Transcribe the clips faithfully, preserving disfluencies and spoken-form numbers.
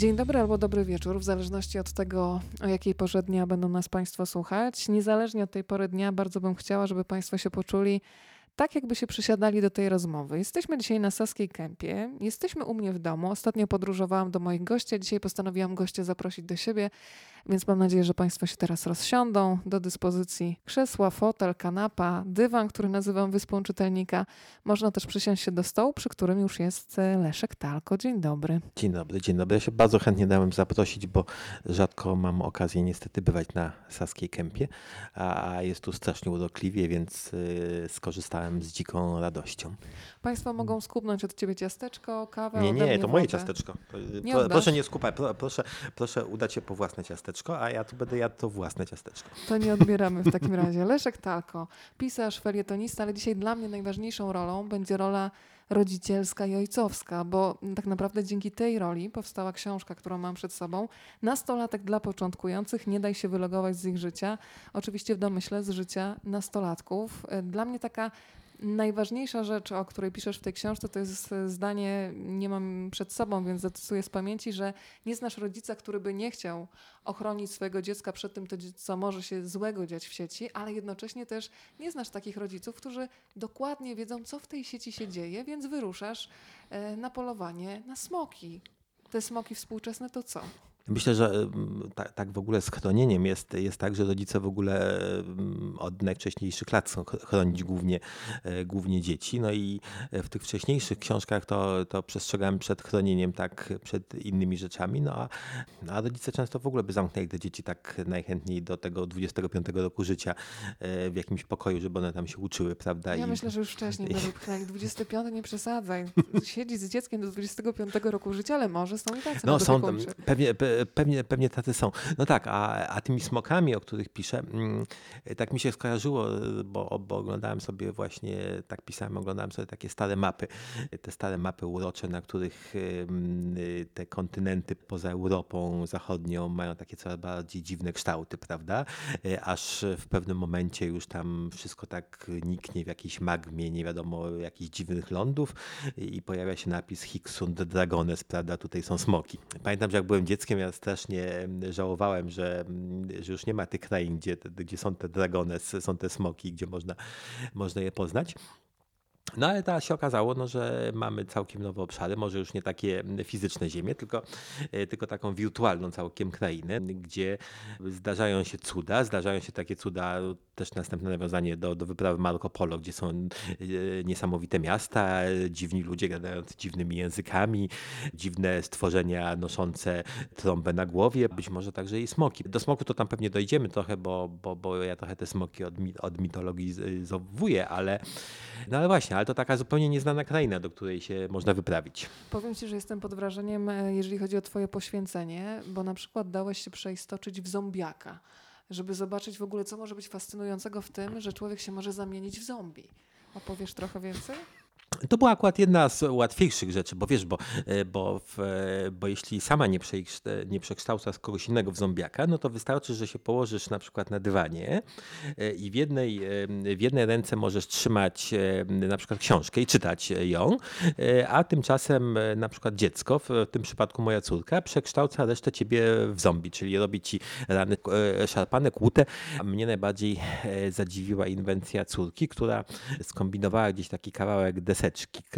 Dzień dobry albo dobry wieczór, w zależności od tego, o jakiej porze dnia będą nas Państwo słuchać. Niezależnie od tej pory dnia bardzo bym chciała, żeby Państwo się poczuli tak, jakby się przysiadali do tej rozmowy. Jesteśmy dzisiaj na Saskiej Kępie, jesteśmy u mnie w domu. Ostatnio podróżowałam do moich gości, a dzisiaj postanowiłam goście zaprosić do siebie, więc mam nadzieję, że Państwo się teraz rozsiądą. Do dyspozycji krzesła, fotel, kanapa, dywan, który nazywam wyspą czytelnika. Można też przysiąść się do stołu, przy którym już jest Leszek Talko. Dzień dobry. Dzień dobry, dzień dobry. Ja się bardzo chętnie dałem zaprosić, bo rzadko mam okazję niestety bywać na Saskiej Kępie, a jest tu strasznie urokliwie, więc yy, skorzystałem z dziką radością. Państwo mogą skubnąć od Ciebie ciasteczko, kawę, Nie, ode nie, mnie to moje wodę. ciasteczko. Nie Pro, oddasz? proszę nie skupać, pro, proszę, proszę udać się po własne ciasteczko, a ja tu będę jadł to własne ciasteczko. To nie odbieramy w takim razie. Leszek Talko, pisarz, felietonista, ale dzisiaj dla mnie najważniejszą rolą będzie rola rodzicielska i ojcowska, bo tak naprawdę dzięki tej roli powstała książka, którą mam przed sobą. Nastolatek dla początkujących, nie daj się wylogować z ich życia. Oczywiście w domyśle z życia nastolatków. Dla mnie taka najważniejsza rzecz, o której piszesz w tej książce, to jest zdanie, nie mam przed sobą, więc zacytuję z pamięci, że nie znasz rodzica, który by nie chciał ochronić swojego dziecka przed tym, co może się złego dziać w sieci, ale jednocześnie też nie znasz takich rodziców, którzy dokładnie wiedzą, co w tej sieci się dzieje, więc wyruszasz na polowanie na smoki. Te smoki współczesne to co? Myślę, że tak, tak w ogóle z chronieniem jest, jest tak, że rodzice w ogóle od najwcześniejszych lat chcą chronić głównie, głównie dzieci. No i w tych wcześniejszych książkach to, to przestrzegałem przed chronieniem, tak przed innymi rzeczami. No a, a rodzice często w ogóle by zamknęli te dzieci tak najchętniej do tego dwudziestego piątego roku życia w jakimś pokoju, żeby one tam się uczyły, prawda? Ja I... myślę, że już wcześniej by wypchnęli. dwudziesty piąty nie przesadzaj. Siedzi z dzieckiem do dwudziestego piątego roku życia, ale może są i tacy. No są, pewnie, Pewnie, pewnie tacy są. No tak, a, a tymi smokami, o których piszę, tak mi się skojarzyło, bo, bo oglądałem sobie właśnie, tak pisałem, oglądałem sobie takie stare mapy. Te stare mapy urocze, na których te kontynenty poza Europą Zachodnią mają takie coraz bardziej dziwne kształty, prawda? Aż w pewnym momencie już tam wszystko tak niknie w jakiejś magmie, nie wiadomo, jakichś dziwnych lądów i pojawia się napis Hic Dragones, prawda? Tutaj są smoki. Pamiętam, że jak byłem dzieckiem, ja strasznie żałowałem, że, że już nie ma tych krain, gdzie, gdzie są te dragones, są te smoki, gdzie można, można je poznać. No ale teraz się okazało, no, że mamy całkiem nowe obszary, może już nie takie fizyczne ziemie, tylko, tylko taką wirtualną całkiem krainę, gdzie zdarzają się cuda, zdarzają się takie cuda, też następne nawiązanie do, do wyprawy Marco Polo, gdzie są niesamowite miasta, dziwni ludzie gadający dziwnymi językami, dziwne stworzenia noszące trąbę na głowie, być może także i smoki. Do smoku to tam pewnie dojdziemy trochę, bo, bo, bo ja trochę te smoki od, od mitologizowuję, ale, no ale właśnie, ale to taka zupełnie nieznana kraina, do której się można wyprawić. Powiem Ci, że jestem pod wrażeniem, jeżeli chodzi o Twoje poświęcenie, bo na przykład dałeś się przeistoczyć w zombiaka, żeby zobaczyć w ogóle, co może być fascynującego w tym, że człowiek się może zamienić w zombie. Opowiesz trochę więcej? To była akurat jedna z łatwiejszych rzeczy, bo wiesz, bo, bo, w, bo jeśli sama nie, nie przekształcasz kogoś innego w zombiaka, no to wystarczy, że się położysz na przykład na dywanie i w jednej, w jednej ręce możesz trzymać na przykład książkę i czytać ją, a tymczasem na przykład dziecko, w tym przypadku moja córka, przekształca resztę ciebie w zombie, czyli robi ci rany szarpane, kłute. A mnie najbardziej zadziwiła inwencja córki, która skombinowała gdzieś taki kawałek deseczki,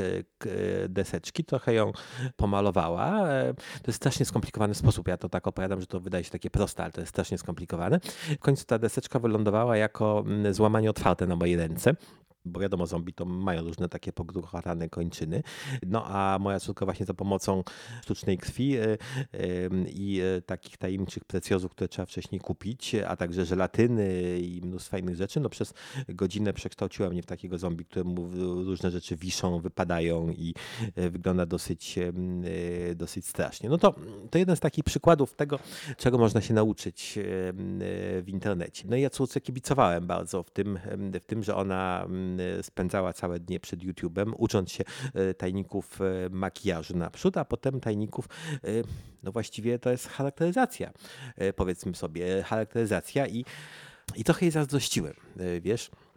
deseczki, trochę ją pomalowała. To jest strasznie skomplikowany sposób. Ja to tak opowiadam, że to wydaje się takie proste, ale to jest strasznie skomplikowane. W końcu ta deseczka wylądowała jako złamanie otwarte na mojej ręce. Bo wiadomo, zombie to mają różne takie pogruchotane kończyny. No a moja córka właśnie za pomocą sztucznej krwi yy, yy, i takich tajemniczych precjozów, które trzeba wcześniej kupić, a także żelatyny i mnóstwo innych rzeczy, no przez godzinę przekształciła mnie w takiego zombie, któremu różne rzeczy wiszą, wypadają i yy, wygląda dosyć, yy, dosyć strasznie. No to, to jeden z takich przykładów tego, czego można się nauczyć yy, w internecie. No i ja córce kibicowałem bardzo w tym, w tym, że ona spędzała całe dnie przed YouTube'em, ucząc się tajników makijażu naprzód, a potem tajników, no właściwie to jest charakteryzacja, powiedzmy sobie, charakteryzacja i, i trochę jej zazdrościłem, wiesz.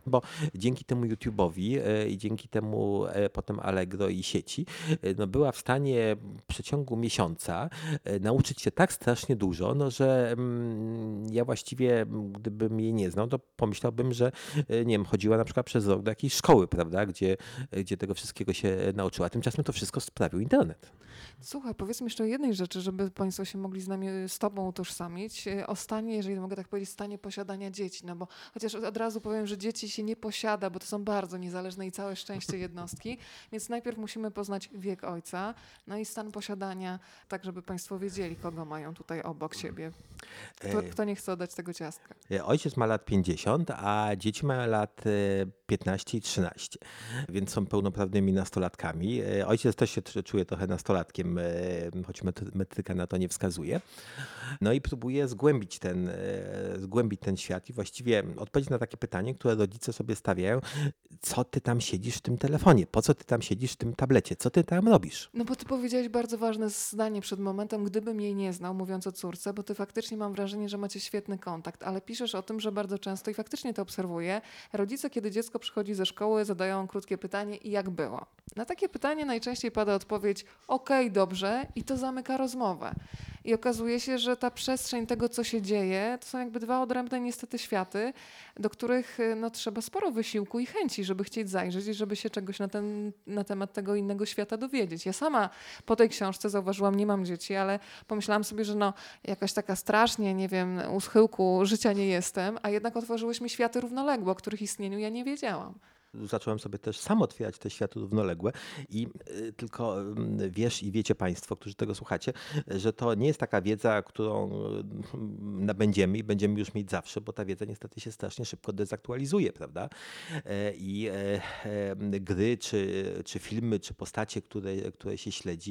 bo dzięki temu YouTube'owi e, i dzięki temu e, potem Allegro i sieci, e, no była w stanie w przeciągu miesiąca e, nauczyć się tak strasznie dużo, no że mm, ja właściwie, m, gdybym jej nie znał, to pomyślałbym, że e, nie wiem, chodziła na przykład przez rok do jakiejś szkoły, prawda, gdzie, gdzie tego wszystkiego się nauczyła. Tymczasem to wszystko sprawił internet. Słuchaj, powiedzmy jeszcze o jednej rzeczy, żeby Państwo się mogli z nami, z Tobą utożsamić, e, o stanie, jeżeli mogę tak powiedzieć, stanie posiadania dzieci. No bo chociaż od razu powiem, że dzieci się nie posiada, bo to są bardzo niezależne i całe szczęście jednostki, więc najpierw musimy poznać wiek ojca, no i stan posiadania, tak żeby Państwo wiedzieli, kogo mają tutaj obok siebie. Kto, kto nie chce oddać tego ciastka? E, Ojciec ma lat pięćdziesiąt, a dzieci mają lat e, piętnaście i trzynaście, więc są pełnoprawnymi nastolatkami. E, Ojciec też się tr- czuje trochę nastolatkiem, e, choć metry- metryka na to nie wskazuje. No i próbuje zgłębić ten, e, zgłębić ten świat i właściwie odpowiedzieć na takie pytanie, które rodzice sobie stawiają. Co ty tam siedzisz w tym telefonie? Po co ty tam siedzisz w tym tablecie? Co ty tam robisz? No bo ty powiedziałeś bardzo ważne zdanie przed momentem, gdybym jej nie znał, mówiąc o córce, bo ty faktycznie mam wrażenie, że macie świetny kontakt, ale piszesz o tym, że bardzo często, i faktycznie to obserwuję, rodzice, kiedy dziecko przychodzi ze szkoły, zadają krótkie pytanie i jak było? Na takie pytanie najczęściej pada odpowiedź okej, dobrze i to zamyka rozmowę. I okazuje się, że ta przestrzeń tego, co się dzieje, to są jakby dwa odrębne niestety światy, do których no, trzeba sporo wysiłku i chęci, żeby chcieć zajrzeć i żeby się czegoś na, ten, na temat tego innego świata dowiedzieć. Ja sama po tej książce zauważyłam, nie mam dzieci, ale pomyślałam sobie, że no jakaś taka strasznie, nie wiem, u schyłku życia nie jestem, a jednak otworzyłeś mi światy równoległe, o których istnieniu ja nie wiedziałam. Zacząłem sobie też sam otwierać te światy równoległe i y, tylko y, wiesz i wiecie Państwo, którzy tego słuchacie, że to nie jest taka wiedza, którą y, nabędziemy i będziemy już mieć zawsze, bo ta wiedza niestety się strasznie szybko dezaktualizuje, prawda? E, I e, e, gry, czy, czy filmy, czy postacie, które, które się śledzi,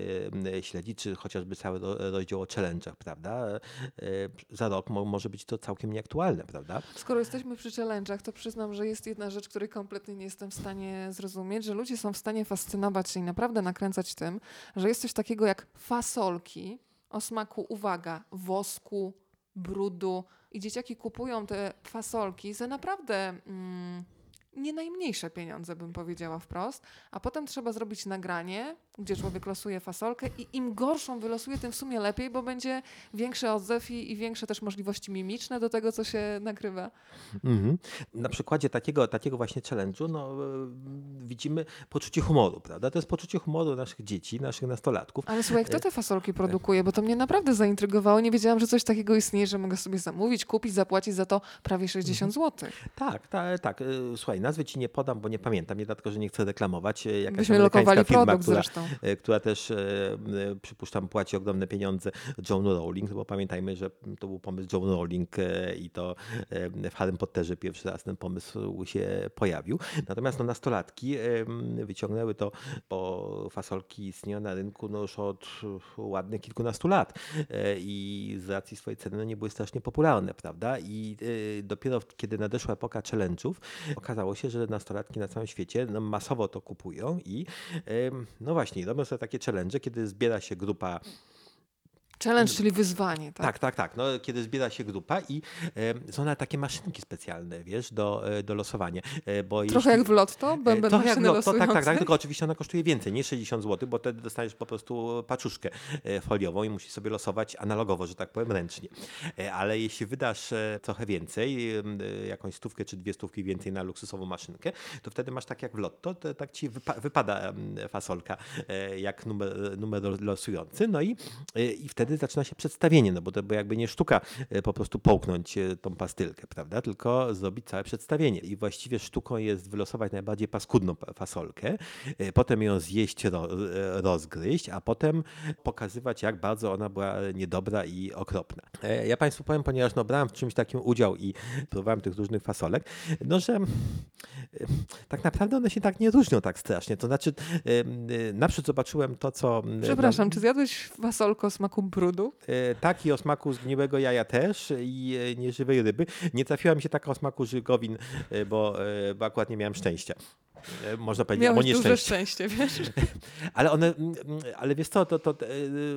e, śledzi, czy chociażby cały ro- rozdział o challenge'ach, prawda? E, za rok mo, może być to całkiem nieaktualne, prawda? Skoro jesteśmy przy challenge'ach, to przyznam, że jest jedna rzecz, której kompletnie nie jestem w stanie zrozumieć, że ludzie są w stanie fascynować się i naprawdę nakręcać tym, że jest coś takiego jak fasolki o smaku, uwaga, wosku, brudu i dzieciaki kupują te fasolki za naprawdę mm, nie najmniejsze pieniądze, bym powiedziała wprost, a potem trzeba zrobić nagranie, gdzie człowiek losuje fasolkę i im gorszą wylosuje, tym w sumie lepiej, bo będzie większy odzew i, i większe też możliwości mimiczne do tego, co się nagrywa. Mhm. Na przykładzie takiego, takiego właśnie challenge'u no, e, widzimy poczucie humoru, prawda? To jest poczucie humoru naszych dzieci, naszych nastolatków. Ale słuchaj, kto te fasolki produkuje? Bo to mnie naprawdę zaintrygowało. Nie wiedziałam, że coś takiego istnieje, że mogę sobie zamówić, kupić, zapłacić za to prawie sześćdziesiąt złotych. Tak, tak, tak. E, Słuchaj, nazwy ci nie podam, bo nie pamiętam, nie dlatego, że nie chcę reklamować. E, Jakaś Byśmy amerykańska lokowali firma, produkt która, zresztą. e, która też, e, e, przypuszczam, płaci ogromne pieniądze Joan Rowling, bo pamiętajmy, że to był pomysł Joan Rowling e, i to e, w Harrym Potterze pierwszy raz ten pomysł się pojawił. Natomiast no, nastolatki e, wyciągnęły to, bo fasolki istnieją na rynku no, już od ładnych kilkunastu lat e, i z racji swojej ceny no, nie były strasznie popularne, prawda? I e, dopiero kiedy nadeszła epoka challenge'ów, okazało się, że nastolatki na całym świecie no, masowo to kupują i em, no właśnie, robią sobie takie challenge, kiedy zbiera się grupa. Challenge, czyli wyzwanie, tak? Tak, tak, tak. No, kiedy zbiera się grupa i e, są nawet takie maszynki specjalne, wiesz, do, e, do losowania. E, bo Trochę jeśli, jak w lotto, e, bęben trochę jak maszyny w lotto, tak, tak, tak, losujące. tylko oczywiście ona kosztuje więcej, nie sześćdziesiąt złotych, bo wtedy dostaniesz po prostu paczuszkę e, foliową i musisz sobie losować analogowo, że tak powiem, ręcznie. E, ale jeśli wydasz e, trochę więcej, e, jakąś stówkę czy dwie stówki więcej na luksusową maszynkę, to wtedy masz tak jak w lotto, to, tak ci wypa- wypada em, fasolka e, jak numer, numer losujący, no i, e, i wtedy zaczyna się przedstawienie, no bo to bo jakby nie sztuka e, po prostu połknąć e, tą pastylkę, prawda, tylko zrobić całe przedstawienie. I właściwie sztuką jest wylosować najbardziej paskudną pa- fasolkę, e, potem ją zjeść, ro, e, rozgryźć, a potem pokazywać, jak bardzo ona była niedobra i okropna. E, Ja Państwu powiem, ponieważ no, brałem w czymś takim udział i próbowałem tych różnych fasolek, no że e, tak naprawdę one się tak nie różnią tak strasznie. To znaczy, e, e, naprzód zobaczyłem to, co... e, Przepraszam, czy zjadłeś fasolkę o smaku brudu? E, Tak, i o smaku zgniłego jaja też i e, nieżywej ryby. Nie trafiła mi się taka o smaku żygowin, e, bo, e, bo akurat nie miałem szczęścia. e, można powiedzieć, albo Miałeś duże nieszczęście. szczęście, wiesz? Ale one, ale wiesz co, to, to, to,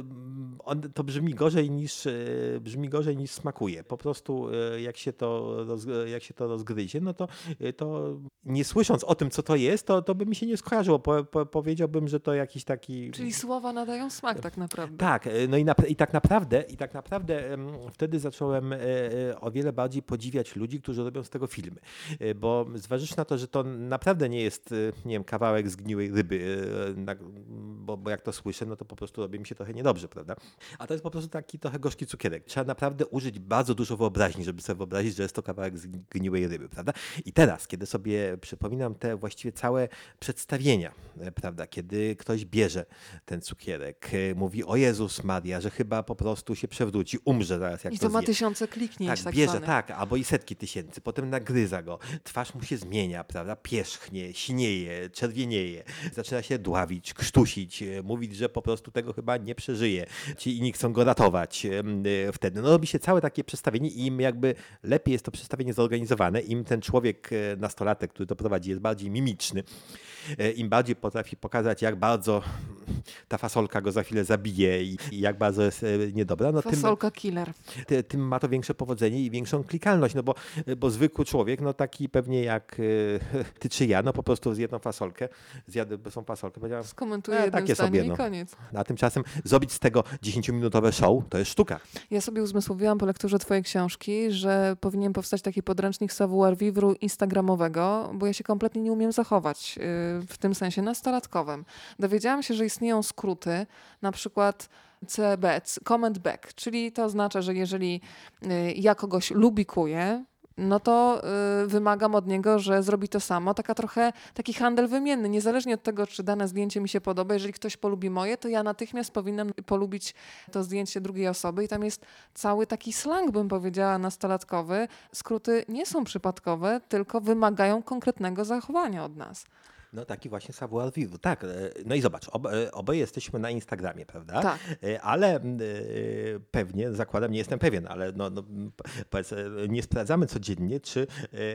on, to brzmi gorzej niż, brzmi gorzej niż smakuje. Po prostu jak się to, roz, jak się to rozgryzie, no to, to nie słysząc o tym, co to jest, to, to by mi się nie skojarzyło. Po, po, powiedziałbym, że to jakiś taki... Czyli słowa nadają smak tak naprawdę. Tak, no i, na, i tak naprawdę, i tak naprawdę um, wtedy zacząłem e, o wiele bardziej podziwiać ludzi, którzy robią z tego filmy. E, bo zważywszy na to, że to naprawdę nie jest, nie wiem, kawałek zgniłej ryby, e, na, bo, bo jak to słyszę, no to po prostu robi mi się trochę niedobrze, prawda? A to jest po prostu taki trochę gorzki cukierek. Trzeba naprawdę użyć bardzo dużo wyobraźni, żeby sobie wyobrazić, że jest to kawałek zgniłej ryby, prawda? I teraz, kiedy sobie przypominam te właściwie całe przedstawienia, prawda? Kiedy ktoś bierze ten cukierek, mówi o Jezus Maria, że chyba po prostu się przewróci, umrze zaraz jak I to to ma zje. tysiące kliknięć Tak, tak bierze, zwanych. tak, albo i setki tysięcy, potem nagryza go, twarz mu się zmienia, prawda, pierzchnie, sinieje, czerwienieje, zaczyna się dławić, krztusić, mówić, że po prostu tego chyba nie przeżyje, ci inni chcą go ratować wtedy. No robi się całe takie przedstawienie i im jakby lepiej jest to przedstawienie zorganizowane, im ten człowiek, nastolatek, który to prowadzi, jest bardziej mimiczny, im bardziej potrafi pokazać, jak bardzo ta fasolka go za chwilę zabije i, i jak bardzo jest niedobra, no Fasolka tym, killer. Ty, tym ma to większe powodzenie i większą klikalność, no bo, bo zwykły człowiek, no taki pewnie jak ty czy ja, no po prostu zje jedną fasolkę, zjadę są fasolkę, powiedziałem, skomentuję e, jednym takie zdaniem sobie, i no. koniec. A tymczasem zrobić z tego dziesięciominutowe show, to jest sztuka. Ja sobie uzmysłowiłam po lekturze twojej książki, że powinien powstać taki podręcznik savoir-vivre instagramowego, bo ja się kompletnie nie umiem zachować w tym sensie nastolatkowym. Dowiedziałam się, że istnieją skróty, na przykład C B, comment back, czyli to oznacza, że jeżeli ja kogoś lubikuję, no to y, wymagam od niego, że zrobi to samo. Taka trochę taki handel wymienny. Niezależnie od tego, czy dane zdjęcie mi się podoba, jeżeli ktoś polubi moje, to ja natychmiast powinnam polubić to zdjęcie drugiej osoby i tam jest cały taki slang, bym powiedziała, nastolatkowy. Skróty nie są przypadkowe, tylko wymagają konkretnego zachowania od nas. No taki właśnie savoir-vivre. Tak, no i zobacz, ob, obaj jesteśmy na Instagramie, prawda? Tak. Ale pewnie, zakładam, nie jestem pewien, ale no, no, powiedz, nie sprawdzamy codziennie, czy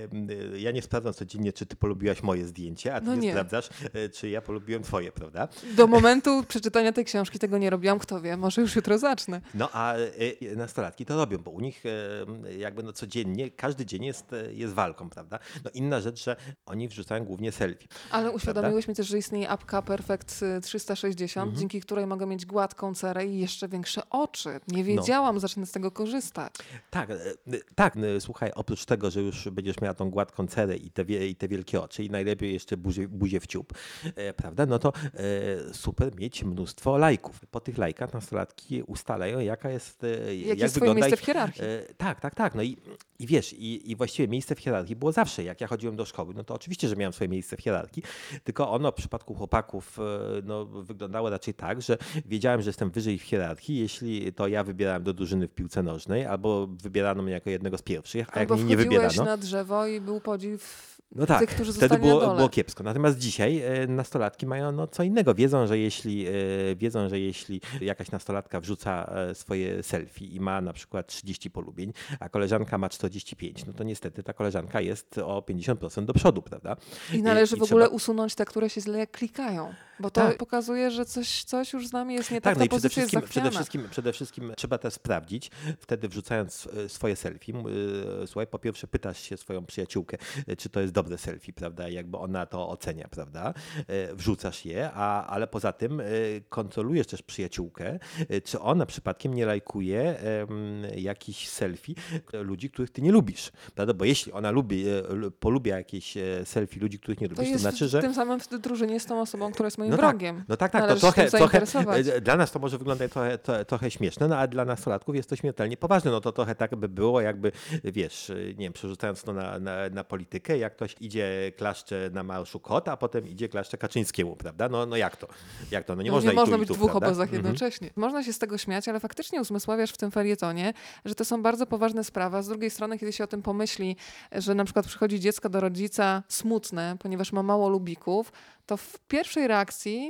ja nie sprawdzam codziennie, czy ty polubiłaś moje zdjęcie, a ty no nie, nie sprawdzasz, czy ja polubiłem twoje, prawda? Do momentu przeczytania tej książki tego nie robiłam, kto wie, może już jutro zacznę. No a nastolatki to robią, bo u nich jakby no codziennie, każdy dzień jest, jest walką, prawda? No inna rzecz, że oni wrzucają głównie selfie. Ale uświadomiłeś mi też, że istnieje apka Perfect trzysta sześćdziesiąt, mhm. dzięki której mogę mieć gładką cerę i jeszcze większe oczy. Nie wiedziałam, no. Zacznę z tego korzystać. Tak, tak. Słuchaj, oprócz tego, że już będziesz miała tą gładką cerę i te, i te wielkie oczy i najlepiej jeszcze buzię, buzię w ciup, e, prawda? No to e, super mieć mnóstwo lajków. Po tych lajkach nastolatki ustalają, jaka jest, e, jak, jak jest wygląda miejsce ich, w hierarchii. E, tak, tak, tak. No i, i wiesz, i, i właściwie miejsce w hierarchii było zawsze. Jak ja chodziłem do szkoły, no to oczywiście, że miałem swoje miejsce w hierarchii, tylko ono w przypadku chłopaków no, wyglądało raczej tak, że wiedziałem, że jestem wyżej w hierarchii, jeśli to ja wybierałem do drużyny w piłce nożnej, albo wybierano mnie jako jednego z pierwszych, a albo jak mnie nie wybierano... Albo na drzewo i był podziw no tak, tych, którzy wtedy zostali było, na dole. było kiepsko. Natomiast dzisiaj e, nastolatki mają no, co innego. Wiedzą, że jeśli e, wiedzą, że jeśli jakaś nastolatka wrzuca e, swoje selfie i ma na przykład trzydzieści polubień, a koleżanka ma czterdzieści pięć, no to niestety ta koleżanka jest o pięćdziesiąt procent do przodu, prawda? I należy I, w i ogóle trzeba... usunąć te, które się źle klikają. Bo to tak. pokazuje, że coś, coś już z nami jest nie tak. tak, No ta i przede pozycja jest wszystkim, przede, zachwiana. wszystkim, przede wszystkim trzeba to sprawdzić, wtedy wrzucając swoje selfie. Słuchaj, po pierwsze pytasz się swoją przyjaciółkę, czy to jest dobre selfie, prawda? Jakby ona to ocenia, prawda? Wrzucasz je, a, ale poza tym kontrolujesz też przyjaciółkę, czy ona przypadkiem nie lajkuje um, jakichś selfie ludzi, których ty nie lubisz, prawda? Bo jeśli ona lubi, polubia jakieś selfie ludzi, których nie lubisz, to, to znaczy, że... tym samym w drużynie z tą osobą, która jest moim no wrogiem. Tak, no tak, tak. Należy to trochę, trochę dla nas to może wyglądać trochę, to, trochę śmieszne, no ale dla nastolatków jest to śmiertelnie poważne. No to trochę tak by było, jakby, wiesz, nie wiem, przerzucając to na, na, na politykę, jak ktoś idzie klaszcze na marszu kot, a potem idzie klaszcze Kaczyńskiemu, prawda? No, no jak to? Jak to? No nie no, można nie można tu, być tu, w dwóch prawda? obozach Mhm. jednocześnie. Można się z tego śmiać, ale faktycznie uzmysławiasz w tym felietonie, że to są bardzo poważne sprawy. A z drugiej strony, kiedy się o tym pomyśli, że na przykład przychodzi dziecko do rodzica smutne, ponieważ ma mało lubików, to w pierwszej reakcji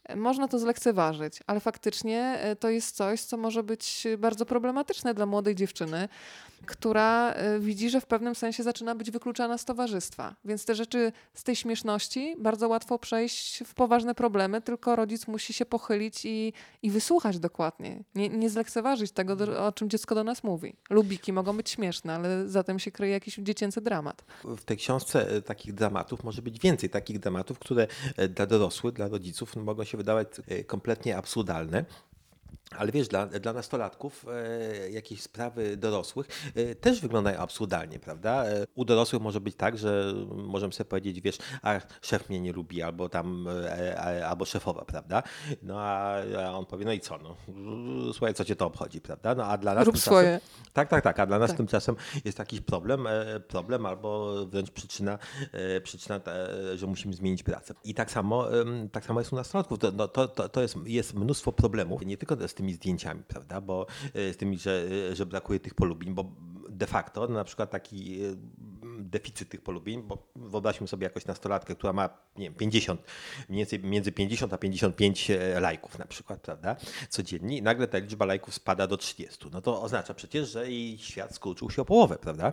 można to zlekceważyć, ale faktycznie to jest coś, co może być bardzo problematyczne dla młodej dziewczyny, która widzi, że w pewnym sensie zaczyna być wykluczana z towarzystwa. Więc te rzeczy z tej śmieszności bardzo łatwo przejść w poważne problemy, tylko rodzic musi się pochylić i, i wysłuchać dokładnie. Nie, nie zlekceważyć tego, do, o czym dziecko do nas mówi. Lubiki mogą być śmieszne, ale za tym się kryje jakiś dziecięcy dramat. W tej książce takich dramatów może być więcej takich dramatów, które dla dorosłych, dla rodziców mogą się wydawać kompletnie absurdalne. Ale wiesz, dla, dla nastolatków e, jakieś sprawy dorosłych e, też wyglądają absurdalnie, prawda? E, u dorosłych może być tak, że możemy sobie powiedzieć, wiesz, a szef mnie nie lubi, albo tam, e, albo szefowa, prawda? No a, a on powie, no i co, no, słuchaj, co cię to obchodzi, prawda? No a dla nas Rób tymczasem, swoje. tak, tak, tak, a dla nas Tak. tymczasem jest jakiś problem, e, problem albo wręcz przyczyna, e, przyczyna e, że musimy zmienić pracę. I tak samo, e, tak samo jest u nastolatków. To, no, to, to, to jest, jest mnóstwo problemów, nie tylko z tymi zdjęciami, prawda, bo z tymi, że, że brakuje tych polubień, bo de facto na przykład taki deficyt tych polubień, bo wyobraźmy sobie jakąś nastolatkę, która ma, nie wiem, pięćdziesiąt, mniej więcej między pięćdziesiąt a pięćdziesiąt pięć lajków na przykład, prawda, codziennie i nagle ta liczba lajków spada do trzydziestu. No to oznacza przecież, że jej świat skurczył się o połowę, prawda?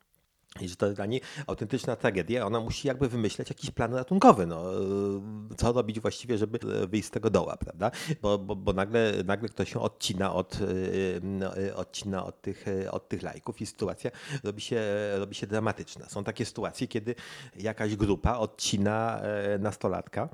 I że to jest dla niej autentyczna tragedia. Ona musi jakby wymyśleć jakiś plan ratunkowy. No, co robić właściwie, żeby wyjść z tego doła, prawda? Bo, bo, bo nagle, nagle ktoś się odcina od, odcina od, tych, od tych lajków i sytuacja robi się, robi się dramatyczna. Są takie sytuacje, kiedy jakaś grupa odcina nastolatka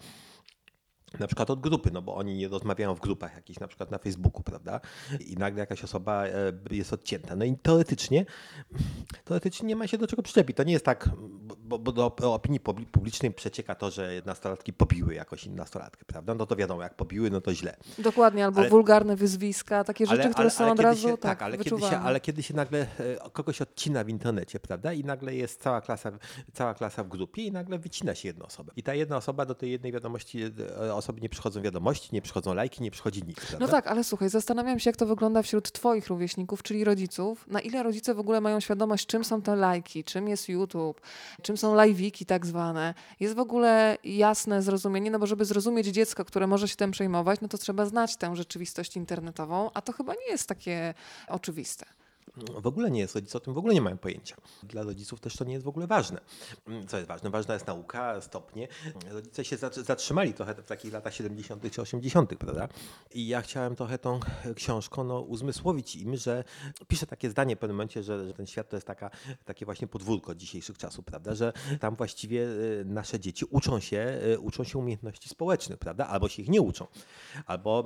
na przykład od grupy, no bo oni nie rozmawiają w grupach jakichś, na przykład na Facebooku, prawda? I nagle jakaś osoba jest odcięta. No i teoretycznie, teoretycznie nie ma się do czego przyczepić. To nie jest tak, bo, bo do opinii publicznej przecieka to, że nastolatki pobiły jakoś inną nastolatkę, prawda? No to wiadomo, jak pobiły, no to źle. Dokładnie, albo ale, wulgarne wyzwiska, takie rzeczy, ale, które ale, są ale od razu się, tak, tak ale, kiedy się, ale kiedy się nagle kogoś odcina w internecie, prawda? I nagle jest cała klasa, cała klasa w grupie i nagle wycina się jedna osoba. I ta jedna osoba do tej jednej wiadomości osoby nie przychodzą wiadomości, nie przychodzą lajki, nie przychodzi nic. Prawda? No tak, ale słuchaj, zastanawiam się, jak to wygląda wśród twoich rówieśników, czyli rodziców. Na ile rodzice w ogóle mają świadomość, czym są te lajki, czym jest YouTube, czym są live'iki tak zwane. Jest w ogóle jasne zrozumienie, no bo żeby zrozumieć dziecko, które może się tym przejmować, no to trzeba znać tę rzeczywistość internetową, a to chyba nie jest takie oczywiste. W ogóle nie jest, rodzice o tym w ogóle nie mają pojęcia. Dla rodziców też to nie jest w ogóle ważne. Co jest ważne? Ważna jest nauka, stopnie. Rodzice się zatrzymali trochę w takich latach siedemdziesiątych czy osiemdziesiątych, prawda? I ja chciałem trochę tą książką no, uzmysłowić im, że piszę takie zdanie w pewnym momencie, że, że ten świat to jest taka, takie właśnie podwórko dzisiejszych czasów, prawda? Że tam właściwie nasze dzieci uczą się, uczą się umiejętności społecznych, prawda? Albo się ich nie uczą. Albo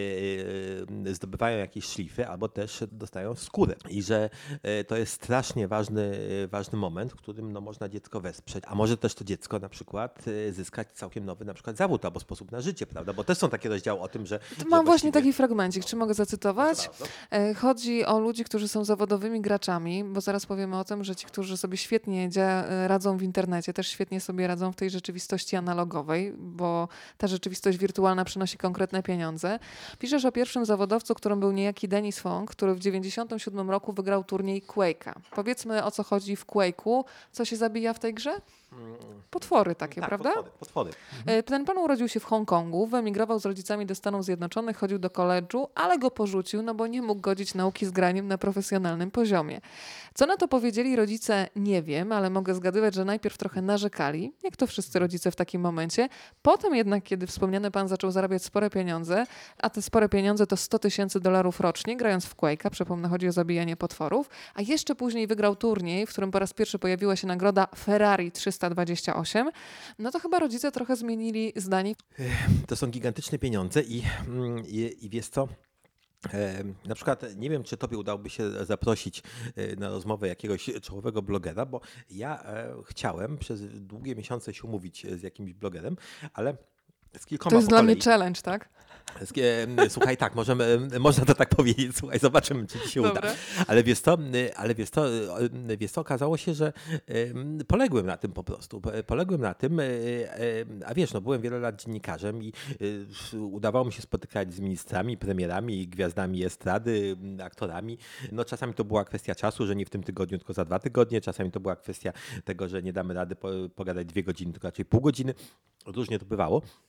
yy, zdobywają jakieś szlify, albo też dostają skórę. I że to jest strasznie ważny, ważny moment, w którym no, można dziecko wesprzeć. A może też to dziecko na przykład zyskać całkiem nowy na przykład zawód albo sposób na życie, prawda? Bo też są takie rozdziały o tym, że... Mam że właśnie właściwie... taki fragmencik, czy mogę zacytować? Bardzo. Chodzi o ludzi, którzy są zawodowymi graczami, bo zaraz powiemy o tym, że ci, którzy sobie świetnie radzą w internecie, też świetnie sobie radzą w tej rzeczywistości analogowej, bo ta rzeczywistość wirtualna przynosi konkretne pieniądze. Piszesz o pierwszym zawodowcu, którym był niejaki Dennis Fong, który w dziewięćdziesiątym siódmym roku wygrał turniej Quake'a. Powiedzmy, o co chodzi w Quake'u. Co się zabija w tej grze? Potwory takie, tak, prawda? Potwory, potwory. Mhm. Ten pan urodził się w Hongkongu, wyemigrował z rodzicami do Stanów Zjednoczonych, chodził do koledżu, ale go porzucił, no bo nie mógł godzić nauki z graniem na profesjonalnym poziomie. Co na to powiedzieli rodzice, nie wiem, ale mogę zgadywać, że najpierw trochę narzekali, jak to wszyscy rodzice w takim momencie. Potem jednak, kiedy wspomniany pan zaczął zarabiać spore pieniądze, a te spore pieniądze to sto tysięcy dolarów rocznie, grając w Quake'a, przypomnę, chodzi o zabijanie potworów, a jeszcze później wygrał turniej, w którym po raz pierwszy pojawiła się nagroda Ferrari trzysta dwadzieścia osiem, no to chyba rodzice trochę zmienili zdanie. To są gigantyczne pieniądze i, i, i wiesz co? Na przykład nie wiem, czy tobie udałoby się zaprosić na rozmowę jakiegoś czołowego blogera, bo ja chciałem przez długie miesiące się umówić z jakimś blogerem, ale z kilkoma To jest po dla kolei. mnie challenge, tak? Słuchaj, tak, możemy, można to tak powiedzieć, słuchaj, zobaczymy, czy ci się Dobra. uda. Ale wiesz co, ale wiesz co, wiesz co, okazało się, że poległem na tym po prostu. Poległem na tym, a wiesz, no byłem wiele lat dziennikarzem i udawało mi się spotykać z ministrami, premierami, gwiazdami estrady, aktorami. No czasami to była kwestia czasu, że nie w tym tygodniu, tylko za dwa tygodnie. Czasami to była kwestia tego, że nie damy rady pogadać dwie godziny, tylko raczej pół godziny. Różnie to bywało.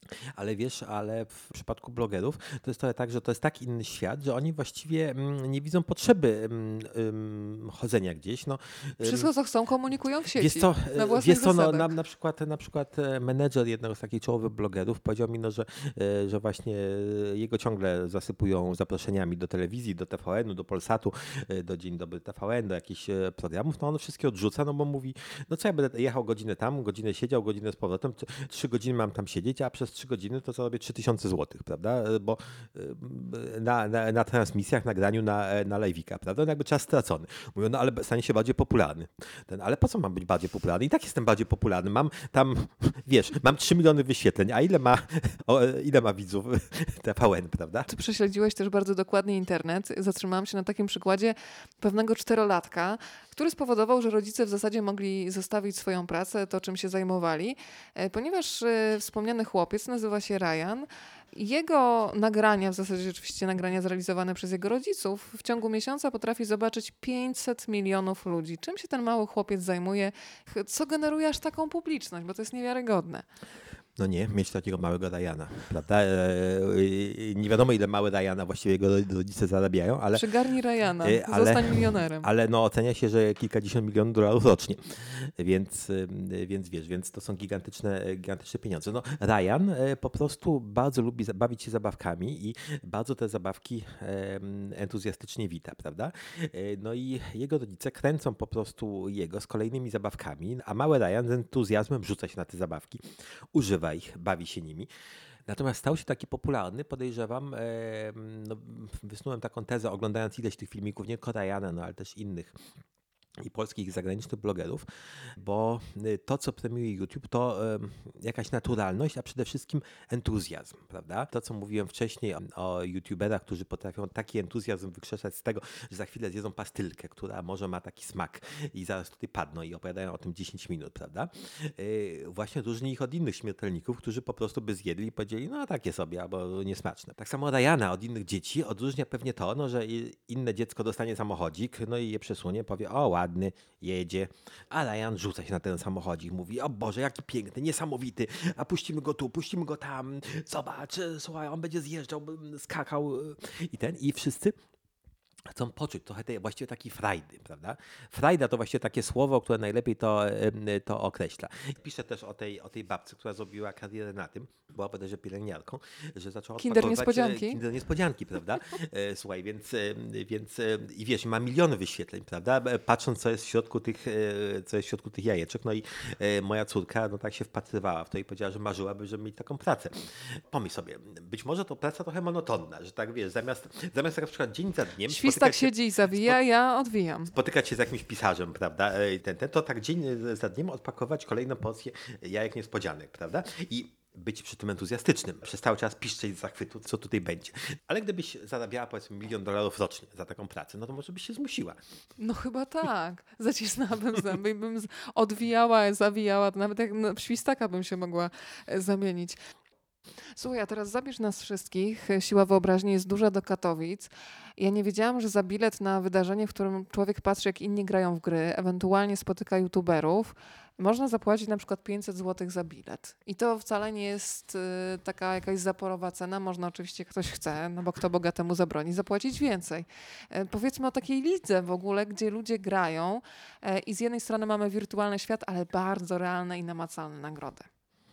Ale wiesz, ale w przypadku blogerów to jest trochę tak, że to jest tak inny świat, że oni właściwie mm, nie widzą potrzeby mm, ym, chodzenia gdzieś. No, ym, Wszystko, co chcą, komunikują w wiesz sieci, co, na e, własnych wiesz co no, na, zasadach. na przykład, na przykład e, menedżer jednego z takich czołowych blogerów powiedział mi, no, że, e, że właśnie e, jego ciągle zasypują zaproszeniami do telewizji, do T V N-u, do Polsatu, e, do Dzień Dobry T V N, do jakichś e, programów, no on wszystkie odrzuca, no bo mówi, no co ja będę jechał godzinę tam, godzinę siedział, godzinę z powrotem, t- trzy godziny mam tam siedzieć, a przez trzy godziny to zarobię trzy tysiące złotych, prawda? E, Bo e, na, na, na transmisjach, nagraniu na, e, na live'ika, prawda? No jakby czas stracony. Mówią, no ale stanie się bardziej popularny. Ten, ale po co mam być bardziej popularny? I tak jestem bardziej popularny. Mam tam, wiesz, mam trzy miliony wyświetleń, a ile ma, o, ile ma widzów T V N, prawda? Ty prześledziłeś też bardzo dokładnie internet. Zatrzymałam się na takim przykładzie pewnego czterolatka, który spowodował, że rodzice w zasadzie mogli zostawić swoją pracę, to czym się zajmowali, e, ponieważ e, wspomniany chłopiec nazywa się Ryan. Jego nagrania, w zasadzie oczywiście nagrania zrealizowane przez jego rodziców, w ciągu miesiąca potrafi zobaczyć pięćset milionów ludzi. Czym się ten mały chłopiec zajmuje? Ch- Co generuje aż taką publiczność? Bo to jest niewiarygodne. No nie, mieć takiego małego Ryana, prawda? E, e, nie wiadomo, ile mały Ryana właściwie jego rodzice zarabiają, ale, Przygarnij Ryana, e, ale, zostań milionerem. ale no ocenia się, że kilkadziesiąt milionów dolarów rocznie, więc, e, więc wiesz, więc to są gigantyczne, gigantyczne pieniądze. No Ryan e, po prostu bardzo lubi za- bawić się zabawkami i bardzo te zabawki e, entuzjastycznie wita, prawda? E, No i jego rodzice kręcą po prostu jego z kolejnymi zabawkami, a mały Ryan z entuzjazmem rzuca się na te zabawki, używa ich, bawi się nimi. Natomiast stał się taki popularny, podejrzewam, e, no, wysnułem taką tezę, oglądając ileś tych filmików, nie tylko Ryana, no ale też innych i polskich i zagranicznych blogerów, bo y, to, co premiuje YouTube, to em, jakaś naturalność, a przede wszystkim entuzjazm, prawda? To, co mówiłem wcześniej o, o YouTuberach, którzy potrafią taki entuzjazm wykrzesać z tego, że za chwilę zjedzą pastylkę, która może ma taki smak i zaraz tutaj padną i opowiadają o tym dziesięć minut, prawda? Y, właśnie różni ich od innych śmiertelników, którzy po prostu by zjedli i powiedzieli, no takie sobie, albo niesmaczne. Tak samo Ryana od innych dzieci odróżnia pewnie to, no, że i- inne dziecko dostanie samochodzik, no i je przesunie, powie, o ładny, jedzie, a Ryan rzuca się na ten samochodzik, mówi, o Boże, jaki piękny, niesamowity, a puścimy go tu, puścimy go tam, zobacz, słuchaj, on będzie zjeżdżał, skakał i ten, i wszyscy chcą poczuć trochę tej właściwie takiej frajdy, prawda? Frajda to właściwie takie słowo, które najlepiej to, em, to określa. Piszę też o tej, o tej babce, która zrobiła karierę na tym, była bodajże pielęgniarką, że zaczęła Kinder odpakowywać, e, niespodzianki? Kinder niespodzianki, prawda? E, Słuchaj, więc, e, więc e, i wiesz, ma miliony wyświetleń, prawda? E, Patrząc, co jest w środku tych, e, co jest w środku tych jajeczek, no i e, moja córka, no tak się wpatrywała w to i powiedziała, że marzyłaby, żeby mieć taką pracę. Pomyśl sobie, być może to praca trochę monotonna, że tak wiesz, zamiast, zamiast tak na przykład dzień za dniem Świstak spotykać się, siedzi i zawija, ja odwijam. spotykać się z jakimś pisarzem, prawda? e, Ten, ten, to tak dzień za dniem odpakować kolejną porcję jajek niespodzianek, prawda? I być przy tym entuzjastycznym. Przez cały czas piszczeć z zachwytu, co tutaj będzie. Ale gdybyś zarabiała powiedzmy milion dolarów rocznie za taką pracę, no to może byś się zmusiła. No chyba tak. Zacisnęłabym zęby i bym z- odwijała, zawijała, to nawet jak na świstaka bym się mogła e, zamienić. Słuchaj, a teraz zabierz nas wszystkich. Siła wyobraźni jest duża do Katowic. Ja nie wiedziałam, że za bilet na wydarzenie, w którym człowiek patrzy, jak inni grają w gry, ewentualnie spotyka youtuberów, można zapłacić na przykład pięćset złotych za bilet. I to wcale nie jest y, taka jakaś zaporowa cena. Można oczywiście, jak ktoś chce, no bo kto bogatemu zabroni, zapłacić więcej. E, powiedzmy o takiej lidze w ogóle, gdzie ludzie grają e, i z jednej strony mamy wirtualny świat, ale bardzo realne i namacalne nagrody.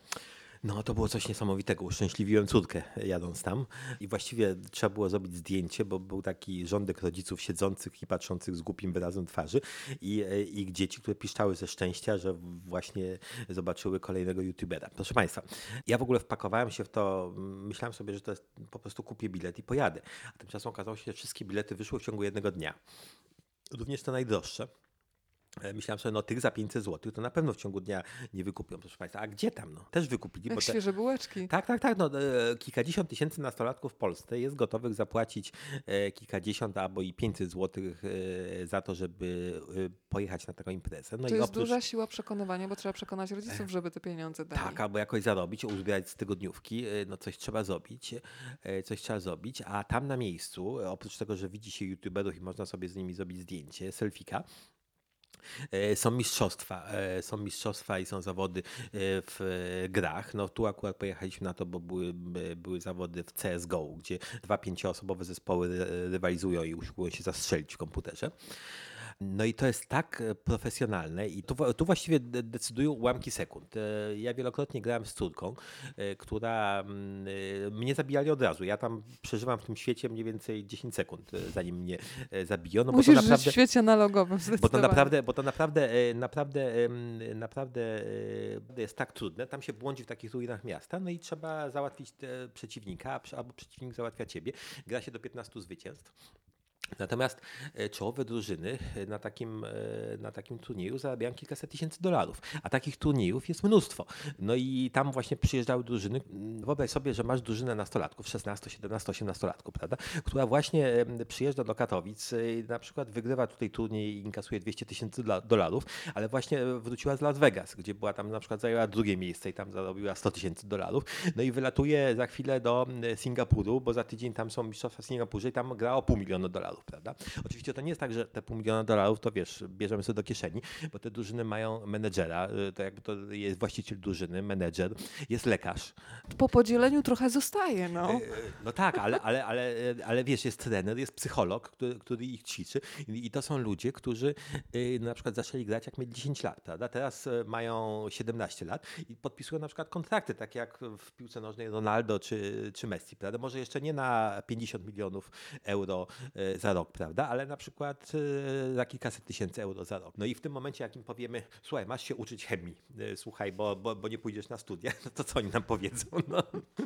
No to było coś niesamowitego. Uszczęśliwiłem córkę jadąc tam i właściwie trzeba było zrobić zdjęcie, bo był taki rządek rodziców siedzących i patrzących z głupim wyrazem twarzy i e, ich dzieci, które piszczały ze szczęścia, że właśnie zobaczyły kolejnego youtubera. Proszę Państwa, ja w ogóle wpakowałem się w to, myślałem sobie, że to jest po prostu kupię bilet i pojadę. A tymczasem okazało się, że wszystkie bilety wyszły w ciągu jednego dnia. Również te najdroższe. E, Myślałem sobie, no tych za pięćset złotych to na pewno w ciągu dnia nie wykupią, proszę Państwa. A gdzie tam? No? Też wykupili. Jak Bo te, świeże bułeczki. tak, tak, tak. No, e, kilkadziesiąt tysięcy nastolatków w Polsce jest gotowych zapłacić e, kilkadziesiąt albo i pięćset złotych e, za to, żeby e, pojechać na taką imprezę. No To i jest oprócz, duża siła przekonywania, bo trzeba przekonać rodziców, żeby te pieniądze dali. tak, albo jakoś zarobić, uzbierać z tygodniówki, e, no coś trzeba zrobić, e, coś trzeba zrobić, a tam na miejscu, e, oprócz tego, że widzi się youtuberów i można sobie z nimi zrobić zdjęcie, selfika, E, Są mistrzostwa, e, są mistrzostwa i są zawody e, w e, grach. No tu akurat pojechaliśmy na to, bo były, by- były zawody w C S G O, gdzie dwa pięcioosobowe zespoły ry- rywalizują i usiłują się zastrzelić w komputerze. No i to jest tak e, profesjonalne i tu, wa- tu właściwie de- decydują ułamki sekund. E, Ja wielokrotnie grałem z córką, e, która mm, e, mnie zabijali od razu. Ja tam przeżywam w tym świecie mniej więcej dziesięć sekund, e, zanim mnie e, zabiją, no bo to Musisz żyć w naprawdę... świecie analogowym Bo to zdecydowanie. naprawdę, bo to naprawdę, e, naprawdę, em, naprawdę e, jest tak trudne. Tam się błądzi w takich ruinach miasta, no i trzeba załatwić e, przeciwnika, a przy- albo przeciwnik załatwia ciebie. Gra się do piętnastu zwycięstw. Natomiast e, czołowe drużyny e, na takim, e, na takim turnieju zarabiają kilkaset tysięcy dolarów, a takich turniejów jest mnóstwo. No i tam właśnie przyjeżdżały drużyny. Mm, Wyobraź sobie, że masz drużynę nastolatków, szesnaście, siedemnaście, osiemnastolatków, prawda, która właśnie em, przyjeżdża do Katowic e, i na przykład wygrywa tutaj turniej i inkasuje dwieście tysięcy dola- dolarów, ale właśnie wróciła z Las Vegas, gdzie była tam na przykład zajęła drugie miejsce i tam zarobiła sto tysięcy dolarów. No i wylatuje za chwilę do mm, Singapuru, bo za tydzień tam są mistrzostwa w Singapurze i tam gra o pół miliona dolarów, prawda? Oczywiście to nie jest tak, że te pół miliona dolarów to wiesz, bierzemy sobie do kieszeni, bo te drużyny mają menedżera, y, to jakby to jest właściciel drużyny, menedżer, jest lekarz. Po podzieleniu trochę zostaje, no. E, No tak, ale, ale, ale, ale wiesz, jest trener, jest psycholog, który, który ich ćwiczy i, i to są ludzie, którzy y, na przykład zaczęli grać jak mieli dziesięć lat, prawda? Teraz y, mają siedemnaście lat i podpisują na przykład kontrakty, tak jak w piłce nożnej Ronaldo czy, czy Messi, prawda? Może jeszcze nie na pięćdziesiąt milionów euro y, za rok, prawda? Ale na przykład y, za kilkaset tysięcy euro za rok. No i w tym momencie, jak im powiemy, słuchaj, masz się uczyć chemii, y, słuchaj, bo, bo, bo nie pójdziesz na studia, no to co oni nam powiedzą? No.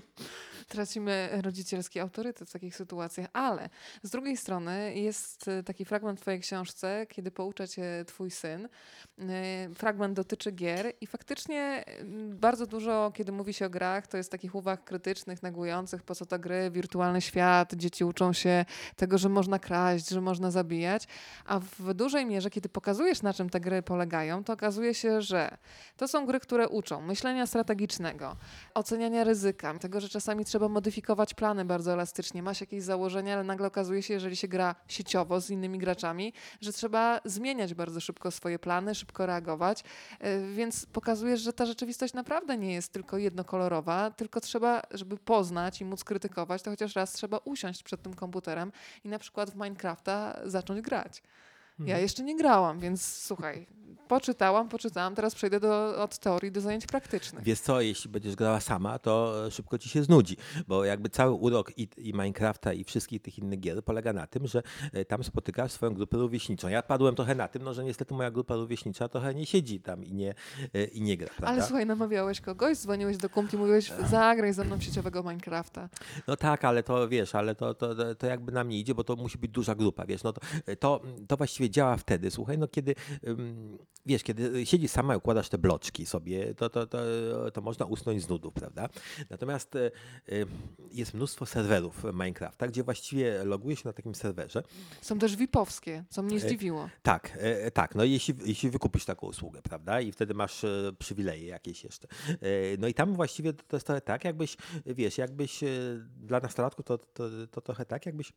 Tracimy rodzicielski autorytet w takich sytuacjach, ale z drugiej strony jest e, taki fragment w twojej książce, kiedy poucza cię twój syn. E, Fragment dotyczy gier i faktycznie m, bardzo dużo, kiedy mówi się o grach, to jest takich uwag krytycznych, negujących, po co to gry, wirtualny świat, dzieci uczą się tego, że można kraść, że można zabijać, a w dużej mierze, kiedy pokazujesz, na czym te gry polegają, to okazuje się, że to są gry, które uczą myślenia strategicznego, oceniania ryzyka, tego, że czasami trzeba modyfikować plany bardzo elastycznie. Masz jakieś założenia, ale nagle okazuje się, jeżeli się gra sieciowo z innymi graczami, że trzeba zmieniać bardzo szybko swoje plany, szybko reagować, Yy, więc pokazujesz, że ta rzeczywistość naprawdę nie jest tylko jednokolorowa, tylko trzeba, żeby poznać i móc krytykować, to chociaż raz trzeba usiąść przed tym komputerem i na przykład w Minecrafta zacząć grać. Ja jeszcze nie grałam, więc słuchaj, poczytałam, poczytałam, teraz przejdę do, od teorii do zajęć praktycznych. Wiesz co, jeśli będziesz grała sama, to szybko ci się znudzi, bo jakby cały urok i, i Minecrafta i wszystkich tych innych gier polega na tym, że e, tam spotykasz swoją grupę rówieśniczą. Ja padłem trochę na tym, no, że niestety moja grupa rówieśnicza trochę nie siedzi tam i nie, e, i nie gra, prawda? Ale słuchaj, namawiałeś kogoś, dzwoniłeś do kumpli, mówiłeś, zagraj ze mną w sieciowego Minecrafta. No tak, ale to wiesz, ale to, to, to, to jakby nam nie idzie, bo to musi być duża grupa, wiesz, no to, to, to właściwie działa wtedy, słuchaj, no kiedy, ym, wiesz, kiedy siedzisz sama i układasz te bloczki sobie, to, to, to, to można usnąć z nudów, prawda? Natomiast y, y, jest mnóstwo serwerów Minecrafta, gdzie właściwie loguje się na takim serwerze. Są też V I P-owskie, co mnie E, zdziwiło. Tak, e, tak, no jeśli, jeśli wykupisz taką usługę, prawda, i wtedy masz e, przywileje jakieś jeszcze. E, No i tam właściwie to jest trochę tak, jakbyś, wiesz, jakbyś e, dla nastolatków to, to, to trochę tak, jakbyś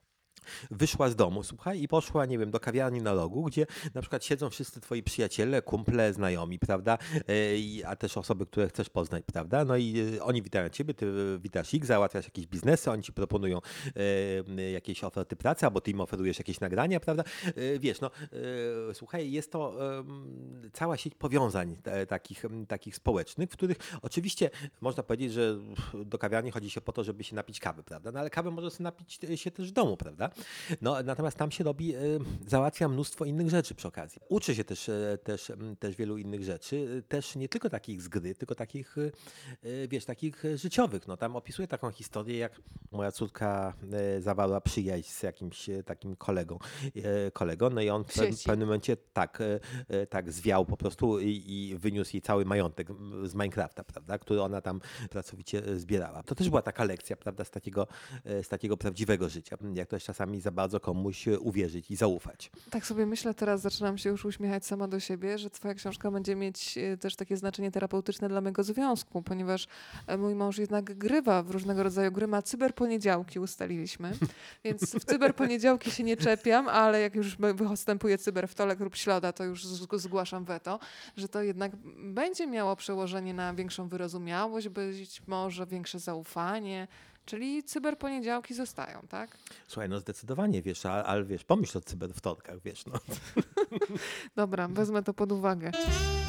wyszła z domu, słuchaj, i poszła, nie wiem, do kawiarni na rogu, gdzie na przykład siedzą wszyscy twoi przyjaciele, kumple, znajomi, prawda, E, i- a też osoby, które chcesz poznać, prawda, no i e, oni witają ciebie, ty witasz ich, załatwiasz jakieś biznesy, oni ci proponują e, jakieś oferty pracy, albo ty im oferujesz jakieś nagrania, prawda, E, wiesz, no, e, słuchaj, jest to em, cała sieć powiązań e, takich, em, takich społecznych, w których oczywiście można powiedzieć, że do kawiarni chodzi się po to, żeby się napić kawy, prawda, no ale kawę może sobie napić e, się też w domu, prawda. No, natomiast tam się robi, e, załatwia mnóstwo innych rzeczy przy okazji. Uczy się też, e, też, m, też wielu innych rzeczy, e, też nie tylko takich z gry, tylko takich, e, e, wiesz, takich e, życiowych. No, tam opisuję taką historię, jak moja córka e, zawarła przyjaźń z jakimś e, takim kolegą, e, kolegą, no i on w W pewnym, sieci. w pewnym momencie tak, e, e, tak zwiał po prostu i, i wyniósł jej cały majątek m, z Minecrafta, prawda, który ona tam pracowicie e, zbierała. To też była taka lekcja, prawda, z takiego, e, z takiego prawdziwego życia. Jak to jest czasami czasami za bardzo komuś uwierzyć i zaufać. Tak sobie myślę, teraz zaczynam się już uśmiechać sama do siebie, że twoja książka będzie mieć e, też takie znaczenie terapeutyczne dla mego związku, ponieważ e, mój mąż jednak grywa w różnego rodzaju gry, ma cyberponiedziałki, ustaliliśmy, więc w cyberponiedziałki się nie czepiam, ale jak już by- występuje cyberwtorek lub środa, to już z- zgłaszam weto, że to jednak będzie miało przełożenie na większą wyrozumiałość, być może większe zaufanie, czyli cyberponiedziałki zostają, tak? Słuchaj, no zdecydowanie, wiesz, ale, ale wiesz, pomyśl o cyberwtorkach, wiesz, no. Dobra, wezmę to pod uwagę.